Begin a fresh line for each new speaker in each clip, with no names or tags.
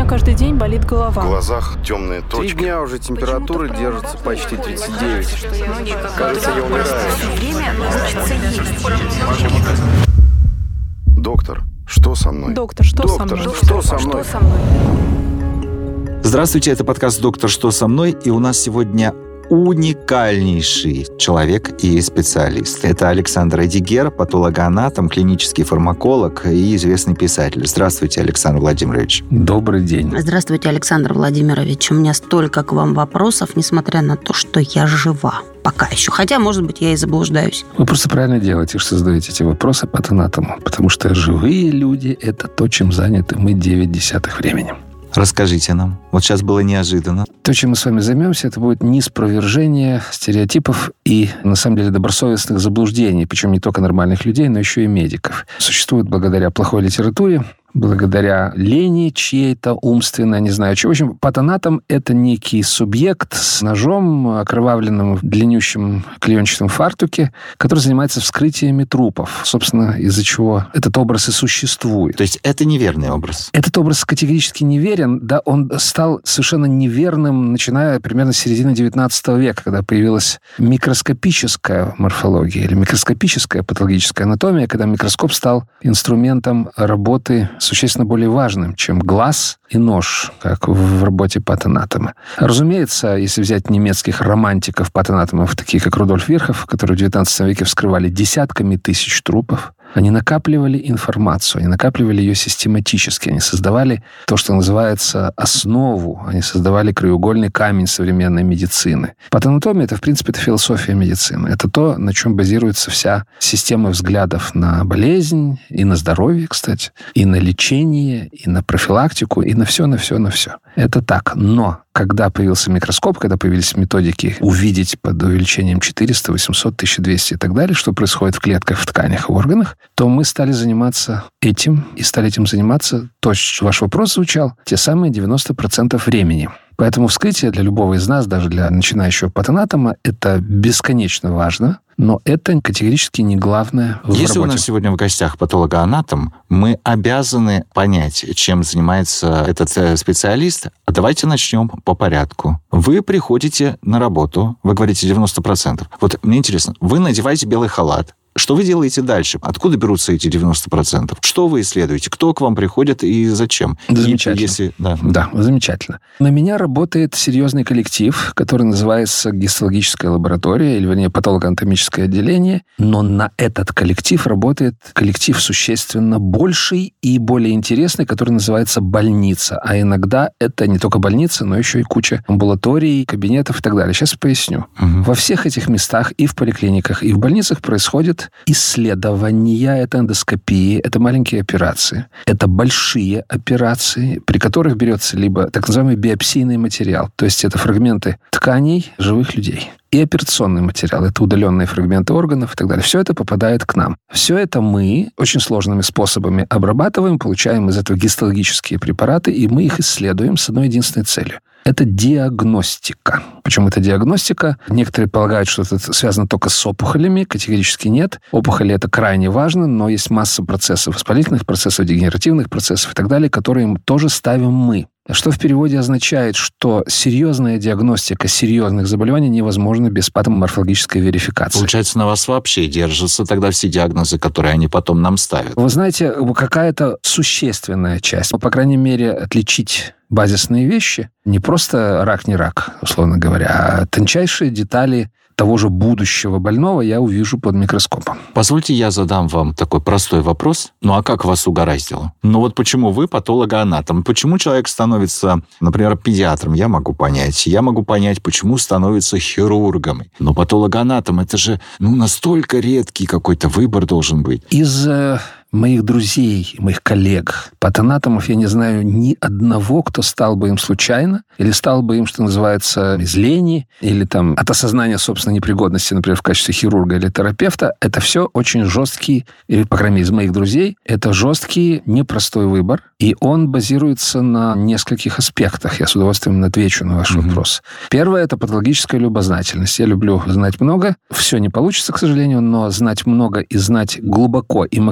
меня каждый день болит голова.
В глазах темные точки.
3 дня уже температура держится почти 39. Кажется, я умираю.
Доктор, что со мной?
Доктор, что со мной?
Что со мной?
Здравствуйте, это подкаст «Доктор, что со мной?» И у нас сегодня уникальнейший человек и специалист. Это Александр Эдигер, патологоанатом, клинический фармаколог и известный писатель. Здравствуйте, Александр Владимирович.
Добрый день.
Здравствуйте, Александр Владимирович. У меня столько к вам вопросов, несмотря на то, что я жива. Пока еще. Хотя, может быть, я и заблуждаюсь.
Вы просто правильно делаете, что задаете эти вопросы патанатому. Потому что живые люди – это то, чем заняты мы 9/10 времени.
Расскажите нам. Вот сейчас было неожиданно.
То, чем мы с вами займемся, это будет неспровержение стереотипов и, на самом деле, добросовестных заблуждений, причем не только нормальных людей, но еще и медиков. Существует благодаря плохой литературе, благодаря лени чьей-то умственной, не знаю чего. В общем, патанатом – это некий субъект с ножом, окровавленным в длиннющем клеенчатом фартуке, который занимается вскрытиями трупов. Собственно, из-за чего этот образ и существует.
То есть это неверный образ?
Этот образ категорически неверен. Да, он стал совершенно неверным, начиная примерно с середины 19 века, когда появилась микроскопическая морфология или микроскопическая патологическая анатомия, когда микроскоп стал инструментом работы существенно более важным, чем глаз и нож, как в работе патанатома. Разумеется, если взять немецких романтиков-патанатомов, такие как Рудольф Вирхов, которые в 19 веке вскрывали десятками тысяч трупов, они накапливали информацию, они накапливали ее систематически, они создавали то, что называется основу, они создавали краеугольный камень современной медицины. Патанатомия — это, в принципе, это философия медицины. Это то, на чем базируется вся система взглядов на болезнь, и на здоровье, кстати, и на лечение, и на профилактику, и на все, на все, на все. Это так. Но когда появился микроскоп, когда появились методики увидеть под увеличением 400, 800, 1200 и так далее, что происходит в клетках, в тканях, в органах, то мы стали заниматься этим, и стали этим заниматься, то, что ваш вопрос звучал, те самые 90% времени. Поэтому вскрытие для любого из нас, даже для начинающего патанатома, это бесконечно важно, но это категорически не главное в работе.
Если у нас сегодня в гостях патологоанатом, мы обязаны понять, чем занимается этот специалист. А давайте начнем по порядку. Вы приходите на работу, вы говорите 90%. Вот мне интересно, вы надеваете белый халат. Что вы делаете дальше? Откуда берутся эти 90%? Что вы исследуете? Кто к вам приходит и зачем?
Замечательно. Да, замечательно. На меня работает серьезный коллектив, который называется гистологическая лаборатория, или, вернее, патологоанатомическое отделение. Но на этот коллектив работает коллектив существенно больший и более интересный, который называется больница. А иногда это не только больница, но еще и куча амбулаторий, кабинетов и так далее. Сейчас поясню. Во всех этих местах, и в поликлиниках, и в больницах происходит исследования, это эндоскопии, это маленькие операции, это большие операции, при которых берется либо так называемый биопсийный материал, то есть это фрагменты тканей живых людей, и операционный материал, это удаленные фрагменты органов и так далее. Все это попадает к нам. Все это мы очень сложными способами обрабатываем, получаем из этого гистологические препараты, и мы их исследуем с одной единственной целью. Это диагностика. Причем это диагностика. Некоторые полагают, что это связано только с опухолями. Категорически нет. Опухоли — это крайне важно, но есть масса процессов, воспалительных процессов, дегенеративных процессов и так далее, которые тоже ставим мы. Что в переводе означает, что серьезная диагностика серьезных заболеваний невозможна без патоморфологической верификации.
Получается, на вас вообще держатся тогда все диагнозы, которые они потом нам ставят.
Вы знаете, какая-то существенная часть, по крайней мере, отличить базисные вещи, не просто рак, не рак, условно говоря, а тончайшие детали того же будущего больного я увижу под микроскопом.
Позвольте, я задам вам такой простой вопрос. Ну, а как вас угораздило? Ну, вот почему вы патологоанатом? Почему человек становится, например, педиатром? Я могу понять. Я могу понять, почему становится хирургом. Но патологоанатом — это же, настолько редкий какой-то выбор должен быть.
Из моих друзей, моих коллег, патанатомов, я не знаю ни одного, кто стал бы им случайно, или стал бы им, что называется, из лени, или там от осознания собственной непригодности, например, в качестве хирурга или терапевта. Это все очень жесткий, или, по крайней мере, из моих друзей, это жесткий, непростой выбор, и он базируется на нескольких аспектах. Я с удовольствием отвечу на ваш вопрос. Первое — это патологическая любознательность. Я люблю знать много. Все не получится, к сожалению, но знать много и знать глубоко и максимально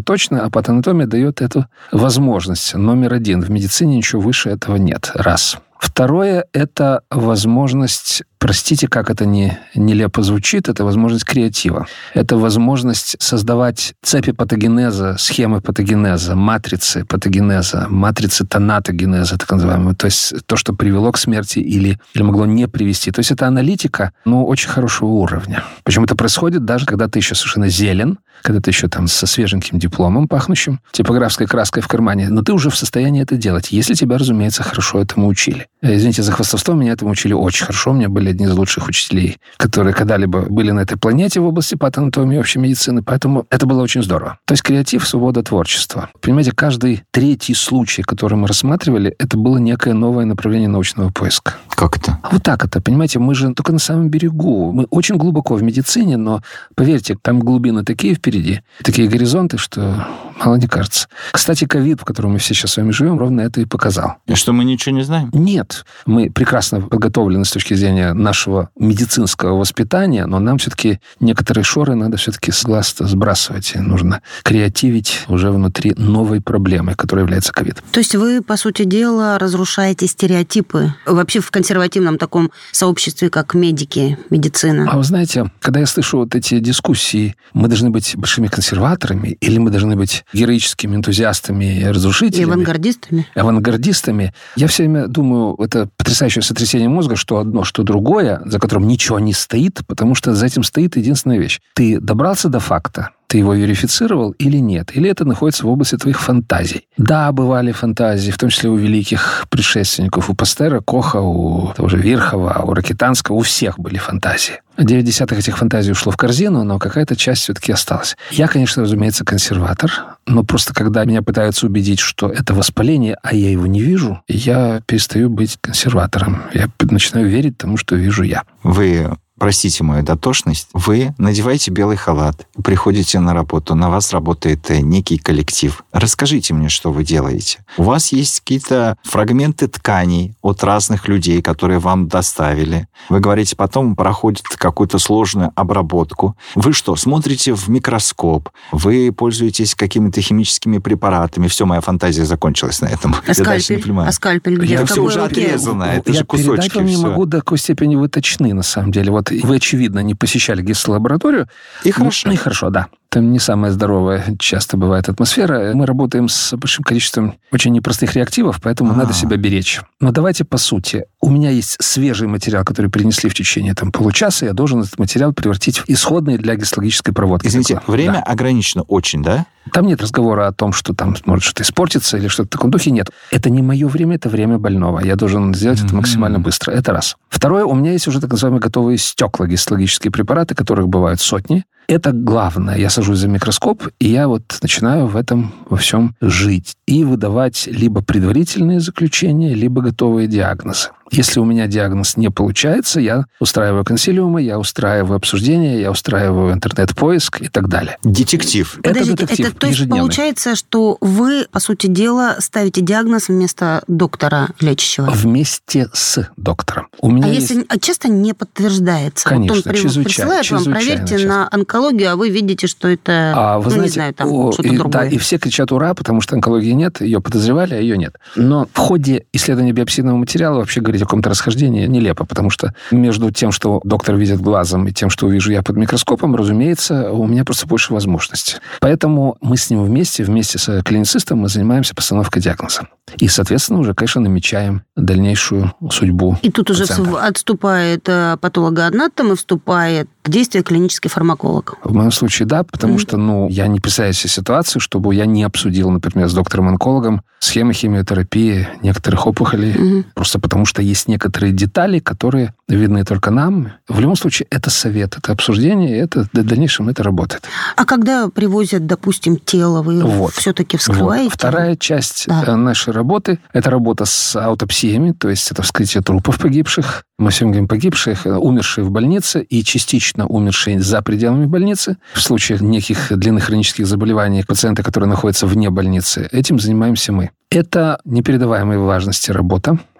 абсолютно точно, а патанатомия дает эту возможность. Номер один. В медицине ничего выше этого нет. Раз. Второе – это возможность, простите, как это нелепо звучит, это возможность креатива. Это возможность создавать цепи патогенеза, схемы патогенеза, матрицы патогенеза, матрицы тонатогенеза, так называемые. То есть то, что привело к смерти или могло не привести. То есть это аналитика, но очень хорошего уровня. Причем это происходит даже, когда ты еще совершенно зелен, когда ты еще там со свеженьким дипломом пахнущим, типографской краской в кармане, но ты уже в состоянии это делать, если тебя, разумеется, хорошо этому учили. Извините за хвастовство, меня этому учили очень хорошо. У меня были одни из лучших учителей, которые когда-либо были на этой планете в области патанатомии и общей медицины, поэтому это было очень здорово. То есть креатив, свобода творчества. Понимаете, каждый третий случай, который мы рассматривали, это было некое новое направление научного поиска.
Как это?
Вот так это, понимаете, мы же только на самом берегу. Мы очень глубоко в медицине, но, поверьте, там глубины такие впереди, такие горизонты, что мало не кажется. Кстати, ковид, в котором мы все сейчас с вами живем, ровно это и показал.
И что, мы ничего не знаем?
Нет. Мы прекрасно подготовлены с точки зрения нашего медицинского воспитания, но нам все-таки некоторые шоры надо все-таки с глаз сбрасывать. И нужно креативить уже внутри новой проблемы, которая является ковид.
То есть вы, по сути дела, разрушаете стереотипы вообще в консервативном таком сообществе, как медики, медицина?
А вы знаете, когда я слышу вот эти дискуссии, мы должны быть большими консерваторами или мы должны быть героическими энтузиастами и разрушителями?
И авангардистами?
Авангардистами. Я все время думаю, это потрясающее сотрясение мозга, что одно, что другое, за которым ничего не стоит, потому что за этим стоит единственная вещь. Ты добрался до факта, ты его верифицировал или нет? Или это находится в области твоих фантазий? Да, бывали фантазии, в том числе у великих предшественников. У Пастера, Коха, у того же Вирхова, у Ракитанского, у всех были фантазии. 9/10 этих фантазий ушло в корзину, но какая-то часть все-таки осталась. Я, конечно, разумеется, консерватор, но просто когда меня пытаются убедить, что это воспаление, а я его не вижу, я перестаю быть консерватором. Я начинаю верить тому, что вижу я.
Вы... Простите мою дотошность, вы надеваете белый халат, приходите на работу, на вас работает некий коллектив. Расскажите мне, что вы делаете. У вас есть какие-то фрагменты тканей от разных людей, которые вам доставили. Вы говорите, потом проходит какую-то сложную обработку. Вы что, смотрите в микроскоп? Вы пользуетесь какими-то химическими препаратами? Все, моя фантазия закончилась на этом.
А скальпель где?
Это все уже отрезано, это же кусочки.
Я передать вам не могу, до какой степени вы точны, на самом деле. Вот вы, очевидно, не посещали ГИС-лабораторию.
И хорошо.
И хорошо, да. Там не самая здоровая часто бывает атмосфера. Мы работаем с большим количеством очень непростых реактивов, поэтому надо себя беречь. Но давайте по сути. У меня есть свежий материал, который принесли в течение получаса. Я должен этот материал превратить в исходный для гистологической проводки.
Извините, время ограничено очень, да?
Там нет разговора о том, что там может что-то испортиться или что-то в таком духе. Нет. Это не мое время, это время больного. Я должен сделать это максимально быстро. Это раз. Второе, у меня есть уже так называемые готовые стекла, гистологические препараты, которых бывают сотни. Это главное. Я сажусь за микроскоп, и я начинаю в этом во всем жить. И выдавать либо предварительные заключения, либо готовые диагнозы. Если у меня диагноз не получается, я устраиваю консилиумы, я устраиваю обсуждения, я устраиваю интернет-поиск и так далее.
Детектив.
Подождите,
это детектив
то есть
ежедневный.
Получается, что вы, по сути дела, ставите диагноз вместо доктора лечащего?
Вместе с доктором. У меня
если часто не подтверждается?
Конечно,
вот он присылает вам, проверьте
часто.
На онкологию, а вы видите, что это,
вы знаете,
не знаю, там что-то другое.
Да, и все кричат «Ура!», потому что онкологии нет, ее подозревали, а ее нет. Но в ходе исследования биопсийного материала вообще говорить о каком-то расхождении нелепо, потому что между тем, что доктор видит глазом, и тем, что увижу я под микроскопом, разумеется, у меня просто больше возможностей. Поэтому мы с ним вместе с клиницистом, мы занимаемся постановкой диагноза. И, соответственно, уже, конечно, намечаем дальнейшую судьбу
И тут
пациента.
уже отступает патологоанатом и вступает в действие клинический фармаколог.
В моем случае, да, потому что, я не представляю себе ситуацию, чтобы я не обсудил, например, с доктором-онкологом схемы химиотерапии некоторых опухолей, просто потому что есть некоторые детали, которые видны только нам. В любом случае, это совет, это обсуждение, и это в дальнейшем это работает.
А когда привозят, допустим, тело, вы все-таки вскрываете?
Вторая часть нашей работы – это работа с аутопсиями, то есть это вскрытие трупов погибших. Мы все говорим погибших, умершие в больнице и частично умершие за пределами больницы. В случае неких длинных хронических заболеваний пациенты, которые находятся вне больницы, этим занимаемся мы. Это непередаваемой важности работа.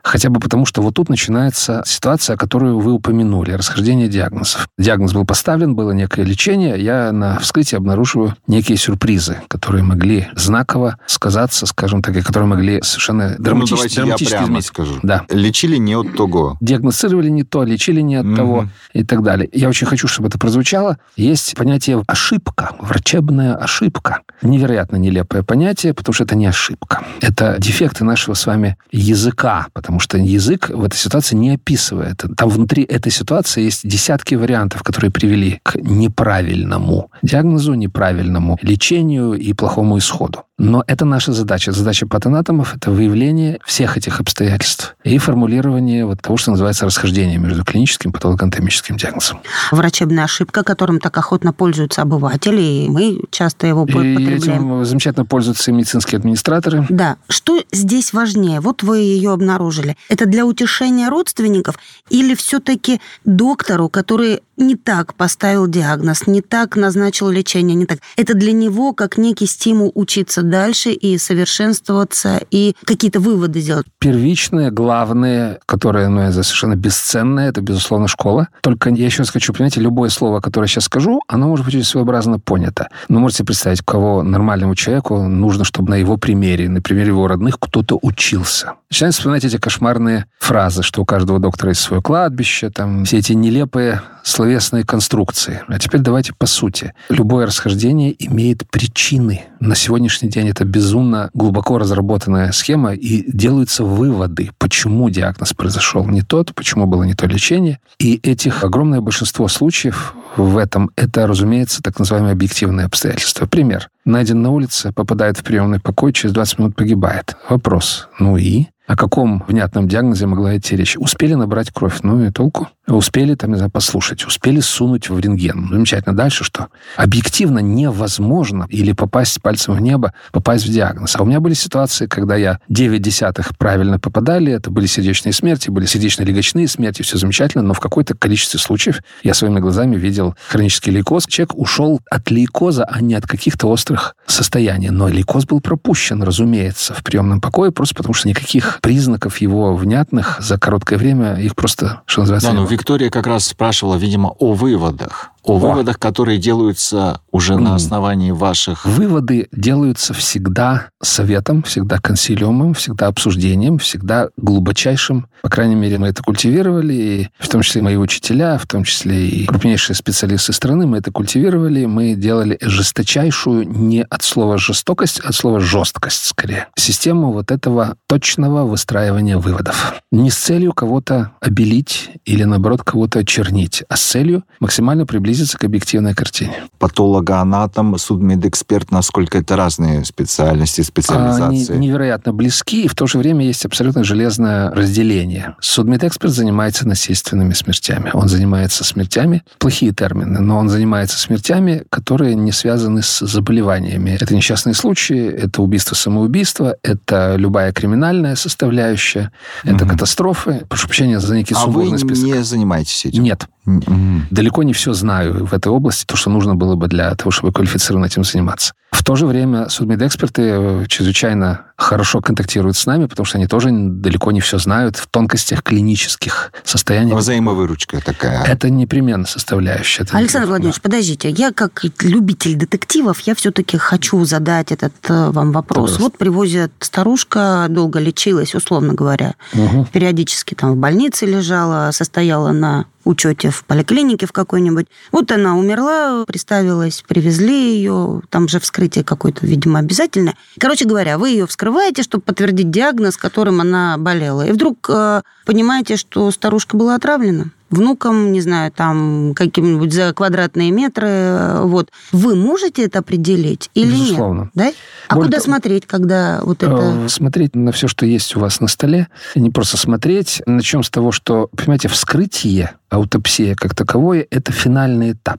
Хотя бы потому, что вот тут начинается ситуация, которую вы упомянули, расхождение диагнозов. Диагноз был поставлен, было некое лечение, я на вскрытии обнаруживаю некие сюрпризы, которые могли знаково сказаться, скажем так, и которые могли совершенно драматически изменить.
Скажу.
Да.
Лечили не от того.
Диагностировали не то, лечили не от того и так далее. Я очень хочу, чтобы это прозвучало. Есть понятие ошибка, врачебная ошибка. Невероятно нелепое понятие, потому что это не ошибка. Это дефекты нашего с вами языка, потому что язык в этой ситуации не описывает. Там внутри этой ситуации есть десятки вариантов, которые привели к неправильному диагнозу, неправильному лечению и плохому исходу. Но это наша задача. Задача патанатомов — это выявление всех этих обстоятельств и формулирование вот того, что называется расхождение между клиническим и патологоанатомическим диагнозом.
Врачебная ошибка, которым так охотно пользуются обыватели, и мы часто его потребляем.
И этим замечательно пользуются и медицинские администраторы.
Да. Что здесь важнее? Вот вы ее обнаружили. Это для утешения родственников или все-таки доктору, который не так поставил диагноз, не так назначил лечение, не так? Это для него как некий стимул учиться дальше и совершенствоваться, и какие-то выводы делать?
Первичное, главное, которое, совершенно бесценное, это, безусловно, школа. Только я еще раз хочу, понимаете, любое слово, которое я сейчас скажу, оно может быть очень своеобразно понято. Но можете представить, кого нормальному человеку нужно, чтобы на его примере, на примере его родных, кто-то учился. Начинаете вспоминать эти кошмарные фразы, что у каждого доктора есть свое кладбище, там все эти нелепые словесные конструкции. А теперь давайте по сути. Любое расхождение имеет причины. На сегодняшний день это безумно глубоко разработанная схема, и делаются выводы, почему диагноз произошел не тот, почему было не то лечение. И этих огромное большинство случаев в этом, это, разумеется, так называемые объективные обстоятельства. Пример. Найден на улице, попадает в приемный покой, через 20 минут погибает. Вопрос. И? О каком внятном диагнозе могла идти речь? Успели набрать кровь? И толку? Успели, послушать? Успели сунуть в рентген? Замечательно. Дальше что? Объективно невозможно или попасть пальцем в небо, попасть в диагноз. А у меня были ситуации, когда я 9/10 правильно попадали, это были сердечные смерти, были сердечно-легочные смерти, все замечательно, но в какое-то количестве случаев я своими глазами видел хронический лейкоз. Человек ушел от лейкоза, а не от каких-то острых состояний. Но лейкоз был пропущен, разумеется, в приемном покое, просто потому что никаких признаков его внятных за короткое время их просто, что называется...
Виктория как раз спрашивала, видимо, о выводах. О выводах, которые делаются уже на основании ваших...
Выводы делаются всегда советом, всегда консилиумом, всегда обсуждением, всегда глубочайшим. По крайней мере, мы это культивировали, и в том числе мои учителя, в том числе и крупнейшие специалисты страны, мы это культивировали, мы делали жесточайшую, не от слова жестокость, а от слова жесткость, скорее, систему вот этого точного выстраивания выводов. Не с целью кого-то обелить или, наоборот, кого-то очернить, а с целью максимально приблизиться к объективной картине.
Патологоанатом, судмедэксперт, насколько это разные специальности, специализации?
Они невероятно близки, и в то же время есть абсолютно железное разделение. Судмедэксперт занимается насильственными смертями. Он занимается смертями, плохие термины, но он занимается смертями, которые не связаны с заболеваниями. Это несчастные случаи, это убийство-самоубийство, это любая криминальная составляющая, это катастрофы. Прошу прощения за некий сумбурный список.
А вы не занимаетесь этим?
Нет. Далеко не все знаю в этой области, то, что нужно было бы для того, чтобы квалифицированно этим заниматься. В то же время судмедэксперты чрезвычайно хорошо контактируют с нами, потому что они тоже далеко не все знают в тонкостях клинических состояний.
Взаимовыручка такая.
Это непременно составляющая.
Александр Владимирович, подождите. Я, как любитель детективов, я все-таки хочу задать этот вам вопрос. Вот привозят старушка, долго лечилась, условно говоря. Периодически там в больнице лежала, состояла на учете в поликлинике в какой-нибудь. Вот она умерла, приставилась, привезли ее, там же вскрытие какое-то, видимо, обязательное. Короче говоря, вы ее вскрываете, чтобы подтвердить диагноз, которым она болела. И вдруг понимаете, что старушка была отравлена внукам, не знаю, там, каким-нибудь за квадратные метры. Вот. Вы можете это определить или
Безусловно.
Нет? Да? А куда смотреть, когда вот это...
Смотреть на все, что есть у вас на столе. И не просто смотреть. Начнем с того, что, понимаете, вскрытие, аутопсия как таковое, это финальный этап.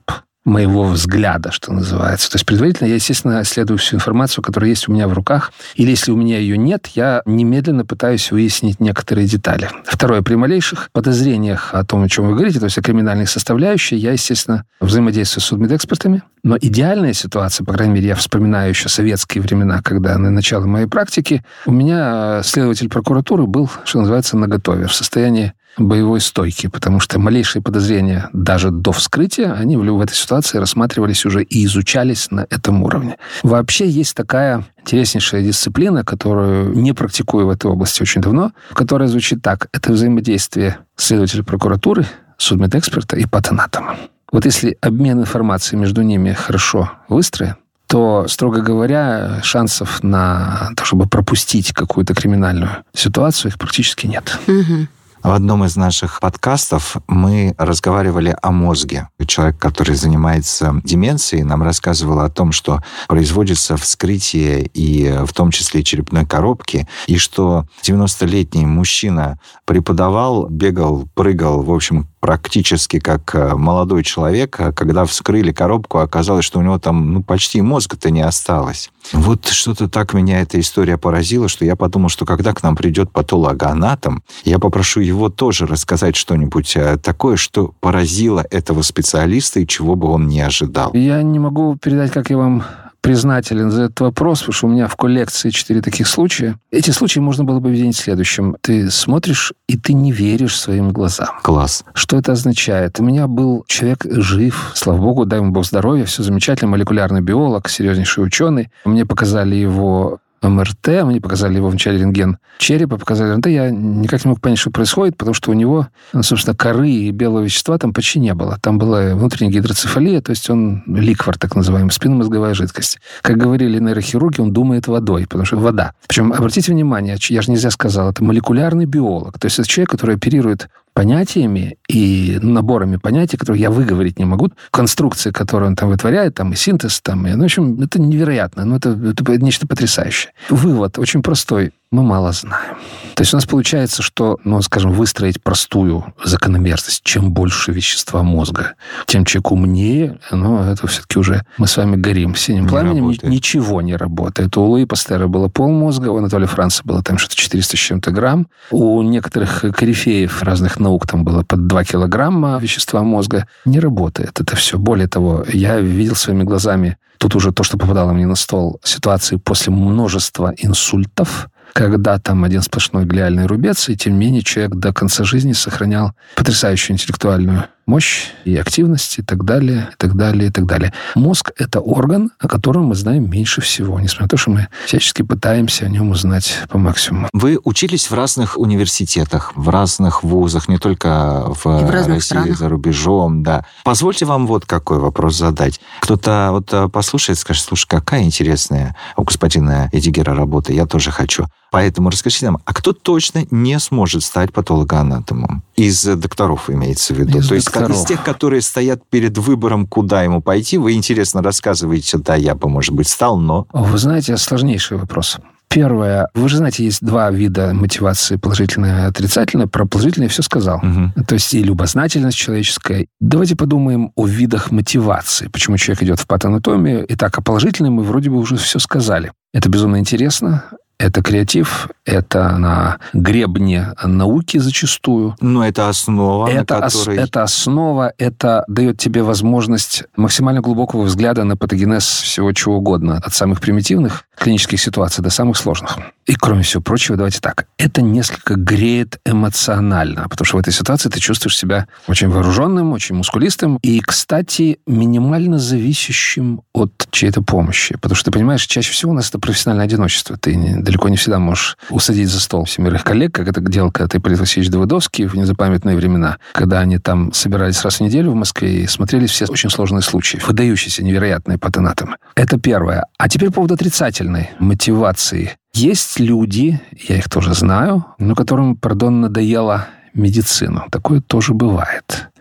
моего взгляда, что называется. То есть предварительно я, естественно, исследую всю информацию, которая есть у меня в руках. Или если у меня ее нет, я немедленно пытаюсь выяснить некоторые детали. Второе, при малейших подозрениях о том, о чем вы говорите, то есть о криминальной составляющей, я, естественно, взаимодействую с судмедэкспертами. Но идеальная ситуация, по крайней мере, я вспоминаю еще советские времена, когда на начало моей практики у меня следователь прокуратуры был, что называется, наготове, в состоянии боевой стойки, потому что малейшие подозрения даже до вскрытия, они в этой ситуации рассматривались уже и изучались на этом уровне. Вообще есть такая интереснейшая дисциплина, которую не практикую в этой области очень давно, которая звучит так. Это взаимодействие следователя прокуратуры, судмедэксперта и патанатома. Вот если обмен информацией между ними хорошо выстроен, то, строго говоря, шансов на то, чтобы пропустить какую-то криминальную ситуацию, их практически нет.
Угу.
В одном из наших подкастов мы разговаривали о мозге. Человек, который занимается деменцией, нам рассказывал о том, что производится вскрытие и в том числе черепной коробки, и что 90-летний мужчина преподавал, бегал, прыгал, в общем, практически как молодой человек, когда вскрыли коробку, оказалось, что у него там почти мозга-то не осталось. Вот что-то так меня эта история поразила, что я подумал, что когда к нам придет патологоанатом, я попрошу его тоже рассказать что-нибудь такое, что поразило этого специалиста и чего бы он не ожидал.
Я не могу передать, как я вам признателен за этот вопрос, потому что у меня в коллекции 4 таких случая. Эти случаи можно было бы объединить следующим. Ты смотришь, и ты не веришь своим глазам.
Класс.
Что это означает? У меня был человек жив, слава богу, дай ему Бог здоровья, все замечательно, молекулярный биолог, серьезнейший ученый. Мне показали его МРТ, мне показали его вначале рентген черепа, показали МРТ, я никак не мог понять, что происходит, потому что у него, собственно, коры и белого вещества там почти не было. Там была внутренняя гидроцефалия, то есть он ликвор, так называемый, спинномозговая жидкость. Как говорили нейрохирурги, он думает водой, потому что вода. Причем, обратите внимание, я же нельзя сказал, это молекулярный биолог, то есть это человек, который оперирует понятиями и наборами понятий, которые я выговорить не могу, конструкции, которые он там вытворяет, там и синтез, там, и, в общем, это невероятно, это нечто потрясающее. Вывод очень простой. Мы мало знаем. То есть у нас получается, что, скажем, выстроить простую закономерность. Чем больше вещества мозга, тем человек умнее, но это все-таки уже мы с вами горим синим пламенем. Ничего не работает. У Луи Пастера было полмозга, у Анатолия Франца было там что-то 400 с чем-то грамм. У некоторых корифеев разных наук там было под 2 килограмма вещества мозга. Не работает это все. Более того, я видел своими глазами, тут уже то, что попадало мне на стол, ситуации после множества инсультов, когда там один сплошной глиальный рубец, и тем не менее человек до конца жизни сохранял потрясающую интеллектуальную мощь и активность, и так далее, и так далее, и так далее. Мозг — это орган, о котором мы знаем меньше всего, несмотря на то, что мы всячески пытаемся о нем узнать по максимуму.
Вы учились в разных университетах, в разных вузах, не только в России, странах. За рубежом, да. Позвольте вам вот какой вопрос задать. Кто-то послушает, скажет, слушай, какая интересная у господина Эдигера работа, я тоже хочу. Поэтому расскажите нам, а кто точно не сможет стать патологоанатомом? Из докторов имеется в виду. То есть из тех, которые стоят перед выбором, куда ему пойти, вы интересно рассказываете, да, я бы, может быть, стал, но...
Вы знаете, сложнейший вопрос. Первое. Вы же знаете, есть 2 вида мотивации, положительная и отрицательная. Про положительное я все сказал. Угу. То есть и любознательность человеческая. Давайте подумаем о видах мотивации. Почему человек идет в патанатомию. Итак, о положительной мы вроде бы уже все сказали. Это безумно интересно. Это креатив, это на гребне науки зачастую.
Но это основа,
это основа, это дает тебе возможность максимально глубокого взгляда на патогенез всего чего угодно. От самых примитивных клинических ситуаций до самых сложных. И, кроме всего прочего, давайте так, это несколько греет эмоционально, потому что в этой ситуации ты чувствуешь себя очень вооруженным, очень мускулистым и, кстати, минимально зависящим от чьей-то помощи. Потому что, ты понимаешь, чаще всего у нас это профессиональное одиночество. Ты далеко не всегда можешь усадить за стол 7 коллег, как это делал когда-то Ипполит Васильевич Давыдовский в незапамятные времена, когда они там собирались раз в неделю в Москве и смотрели все очень сложные случаи, выдающиеся, невероятные патанатомы. Это первое. А теперь по поводу отрицательной мотивации. Есть люди, я их тоже знаю, но которым, надоела медицина. Такое тоже бывает.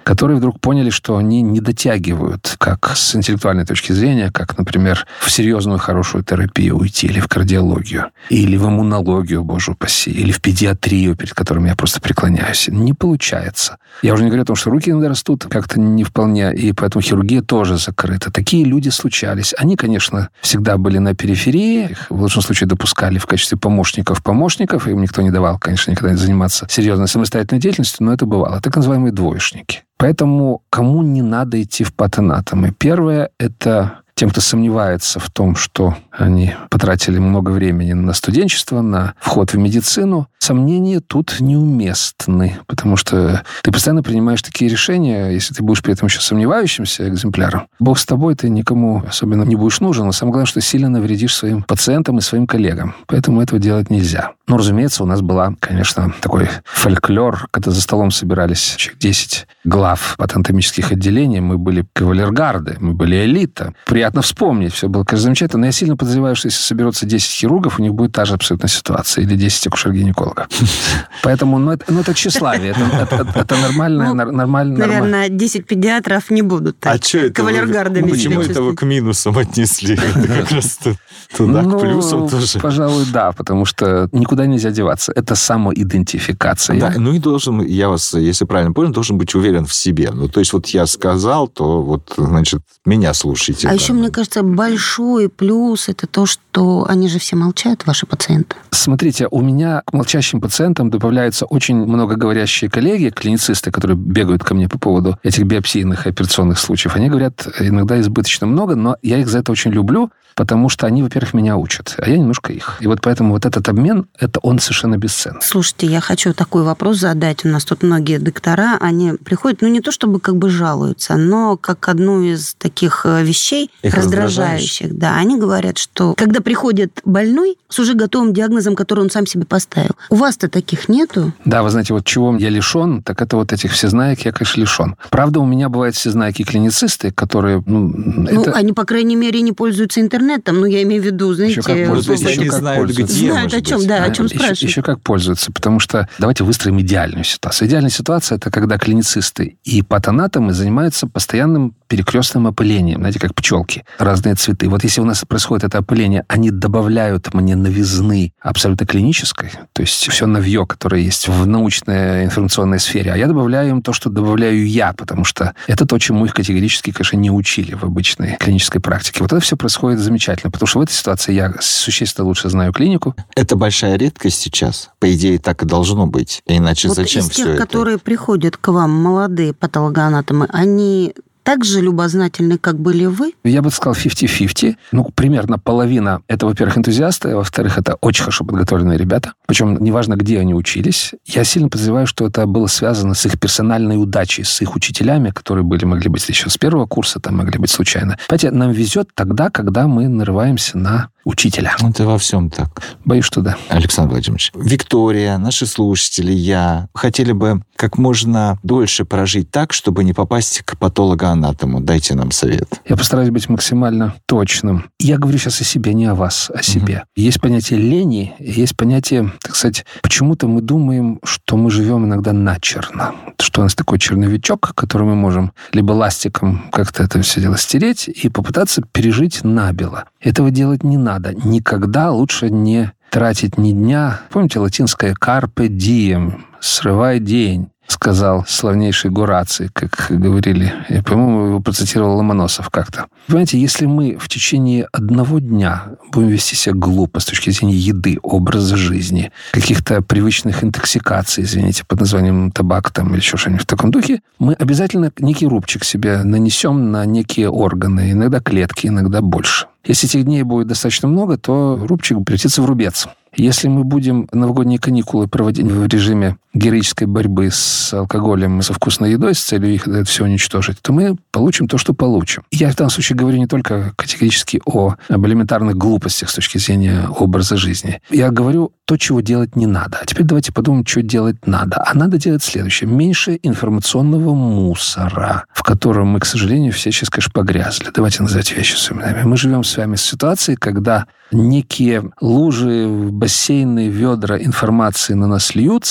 которые вдруг поняли, что они не дотягивают как с интеллектуальной точки зрения, как, например, в серьезную хорошую терапию уйти, или в кардиологию, или в иммунологию, боже упаси, или в педиатрию, перед которым я просто преклоняюсь. Не получается. Я уже не говорю о том, что руки иногда растут как-то не вполне, и поэтому хирургия тоже закрыта. Такие люди случались. Они, конечно, всегда были на периферии, их в лучшем случае допускали в качестве помощников, им никто не давал, конечно, никогда не заниматься серьезной самостоятельной деятельностью, но это бывало. Так называемые двоечники. Поэтому кому не надо идти в патанатомы? Первое – это тем, кто сомневается в том, что они потратили много времени на студенчество, на вход в медицину, сомнения тут неуместны, потому что ты постоянно принимаешь такие решения, если ты будешь при этом еще сомневающимся экземпляром. Бог с тобой, ты никому особенно не будешь нужен, но самое главное, что сильно навредишь своим пациентам и своим коллегам. Поэтому этого делать нельзя. Но, разумеется, у нас была, конечно, такой фольклор, когда за столом собирались 10 глав патанатомических отделений, мы были кавалергарды, мы были элита. Приятно вспомнить, все было, конечно, замечательно, но я сильно подозреваю, что если соберется 10 хирургов, у них будет та же абсолютно ситуация, или 10 акушер-гинекологов. Поэтому, это тщеславие, это нормально.
Наверное, 10 педиатров не будут кавалергардами.
Почему это вы к минусам отнесли? Это как раз туда, к плюсам тоже.
Пожалуй, да, потому что никуда нельзя деваться. Это самоидентификация.
Да, и должен, я вас, если правильно понял, должен быть уверен в себе. То есть я сказал, то значит, меня слушайте.
А еще, мне кажется, большой плюс – это то, что они же все молчат, ваши пациенты.
Смотрите, у меня к молчащим пациентам добавляются очень многоговорящие коллеги, клиницисты, которые бегают ко мне по поводу этих биопсийных операционных случаев. Они говорят иногда избыточно много, но я их за это очень люблю, потому что они, во-первых, меня учат, а я немножко их. И поэтому этот обмен, он совершенно бесценный.
Слушайте, я хочу такой вопрос задать. У нас тут многие доктора, они приходят, не то чтобы жалуются, но как одну из таких вещей
их
раздражающих. Да, они говорят, что когда приходит больной с уже готовым диагнозом, который он сам себе поставил, у вас-то таких нету?
Да, вы знаете, чего я лишен, так это этих всезнаек я, конечно, лишен. Правда, у меня бывают всезнаки-клиницисты, которые...
они, по крайней мере, не пользуются интернетом, я имею в виду, знаете...
Они знают, где,
знают, о чем спрашивают.
Еще как пользуются, потому что давайте выстроим идеальную ситуацию. Идеальная ситуация – это когда клиницисты и патанатомы занимаются постоянным перекрестным опылением, знаете, как пчелки, разные цветы. Если у нас происходит это опыление, они добавляют мне новизны абсолютно клинической, то есть все новье, которое есть в научной информационной сфере, а я добавляю им то, что добавляю я, потому что это то, чему их категорически, конечно, не учили в обычной клинической практике. Это все происходит замечательно, потому что в этой ситуации я существенно лучше знаю клинику.
Это большая редкость сейчас. По идее, так и должно быть. Иначе зачем
из
все
тех,
это?
Которые приходят к вам, молодые патологоанатомы, они так же любознательны, как были вы?
Я бы сказал 50-50. Примерно половина – это, во-первых, энтузиасты, а во-вторых, это очень хорошо подготовленные ребята. Причем неважно, где они учились. Я сильно подозреваю, что это было связано с их персональной удачей, с их учителями, которые могли быть еще с первого курса, могли быть случайно. Понимаете, нам везет тогда, когда мы нарываемся на учителя.
Это во всем так.
Боюсь, что да.
Александр Владимирович, Виктория, наши слушатели, я хотели бы как можно дольше прожить так, чтобы не попасть к патологоанатому. Дайте нам совет.
Я постараюсь быть максимально точным. Я говорю сейчас о себе, не о вас, о себе. Есть понятие лени, есть понятие, так сказать, почему-то мы думаем, что мы живем иногда начерно. Что у нас такой черновичок, который мы можем либо ластиком как-то это все дело стереть и попытаться пережить набело. Этого делать не надо. Никогда лучше не тратить ни дня. Помните латинское «carpe diem» – «срывай день», сказал славнейший Гораций, как говорили. Я, по-моему, его процитировал Ломоносов как-то. Понимаете, если мы в течение одного дня будем вести себя глупо с точки зрения еды, образа жизни, каких-то привычных интоксикаций, извините, под названием табак или еще что-нибудь в таком духе, мы обязательно некий рубчик себе нанесем на некие органы, иногда клетки, иногда больше. Если этих дней будет достаточно много, то рубчик превратится в рубец. Если мы будем новогодние каникулы проводить в режиме героической борьбы с алкоголем и со вкусной едой с целью их это все уничтожить, то мы получим то, что получим. Я в данном случае говорю не только категорически об элементарных глупостях с точки зрения образа жизни. Я говорю то, чего делать не надо. А теперь давайте подумаем, что делать надо. А надо делать следующее. Меньше информационного мусора, в котором мы, к сожалению, все сейчас, конечно, погрязли. Давайте называть вещи своими именами. Мы живем с вами в ситуации, когда некие лужи, бассейны, ведра информации на нас льются,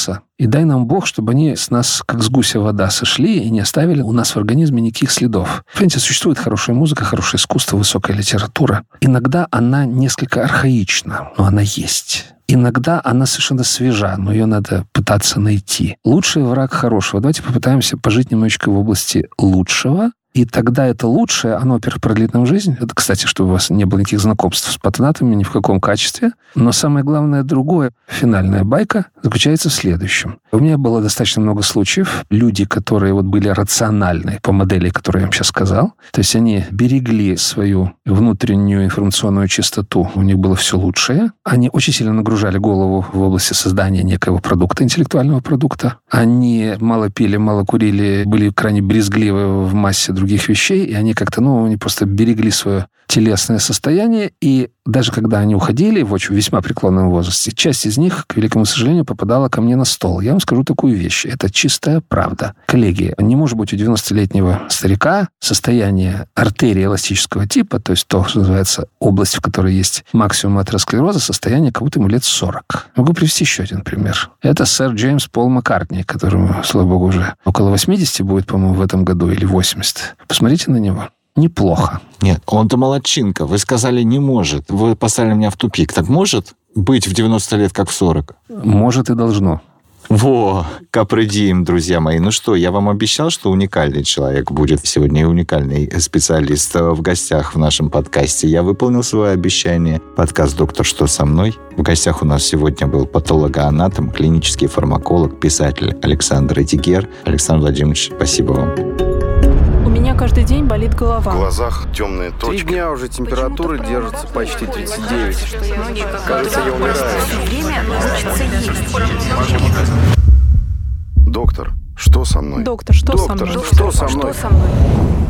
И дай нам Бог, чтобы они с нас, как с гуся вода, сошли и не оставили у нас в организме никаких следов. В принципе, существует хорошая музыка, хорошее искусство, высокая литература. Иногда она несколько архаична, но она есть. Иногда она совершенно свежа, но ее надо пытаться найти. Лучший враг хорошего. Давайте попытаемся пожить немножечко в области лучшего. И тогда это лучшее, оно, во-первых, продлит нам жизнь. Это, кстати, чтобы у вас не было никаких знакомств с патонатами ни в каком качестве. Но самое главное другое. Финальная байка заключается в следующем. У меня было достаточно много случаев. Люди, которые вот были рациональны по модели, которую я вам сейчас сказал. То есть они берегли свою внутреннюю информационную чистоту. У них было все лучшее. Они очень сильно нагружали голову в области создания некоего продукта, интеллектуального продукта. Они мало пили, мало курили, были крайне брезгливы в массе других вещей, и они как-то, они просто берегли свое телесное состояние, и даже когда они уходили в очень весьма преклонном возрасте, часть из них, к великому сожалению, попадала ко мне на стол. Я вам скажу такую вещь. Это чистая правда. Коллеги, не может быть у 90-летнего старика состояние артерии эластического типа, то есть то, что называется область, в которой есть максимум атеросклероза, состояние, как будто ему лет 40. Могу привести еще один пример. Это сэр Джеймс Пол Маккартни, которому, слава богу, уже около 80 будет, по-моему, в этом году, или 80. Посмотрите на него. Неплохо.
Нет, он-то молодчинка. Вы сказали, не может. Вы поставили меня в тупик. Так может быть в 90 лет, как в 40?
Может и должно.
Во, капредием, друзья мои. Ну что, я вам обещал, что уникальный человек будет сегодня, и уникальный специалист в гостях в нашем подкасте. Я выполнил свое обещание. Подкаст «Доктор, что со мной?». В гостях у нас сегодня был патологоанатом, клинический фармаколог, писатель Александр Этигер. Александр Владимирович, спасибо вам.
У меня каждый день болит голова.
В глазах темные
3
точки.
дня уже температура держится почти 39. Кажется, я умираю.
Доктор, что со мной?
Доктор, что со мной?
Доктор, что со мной?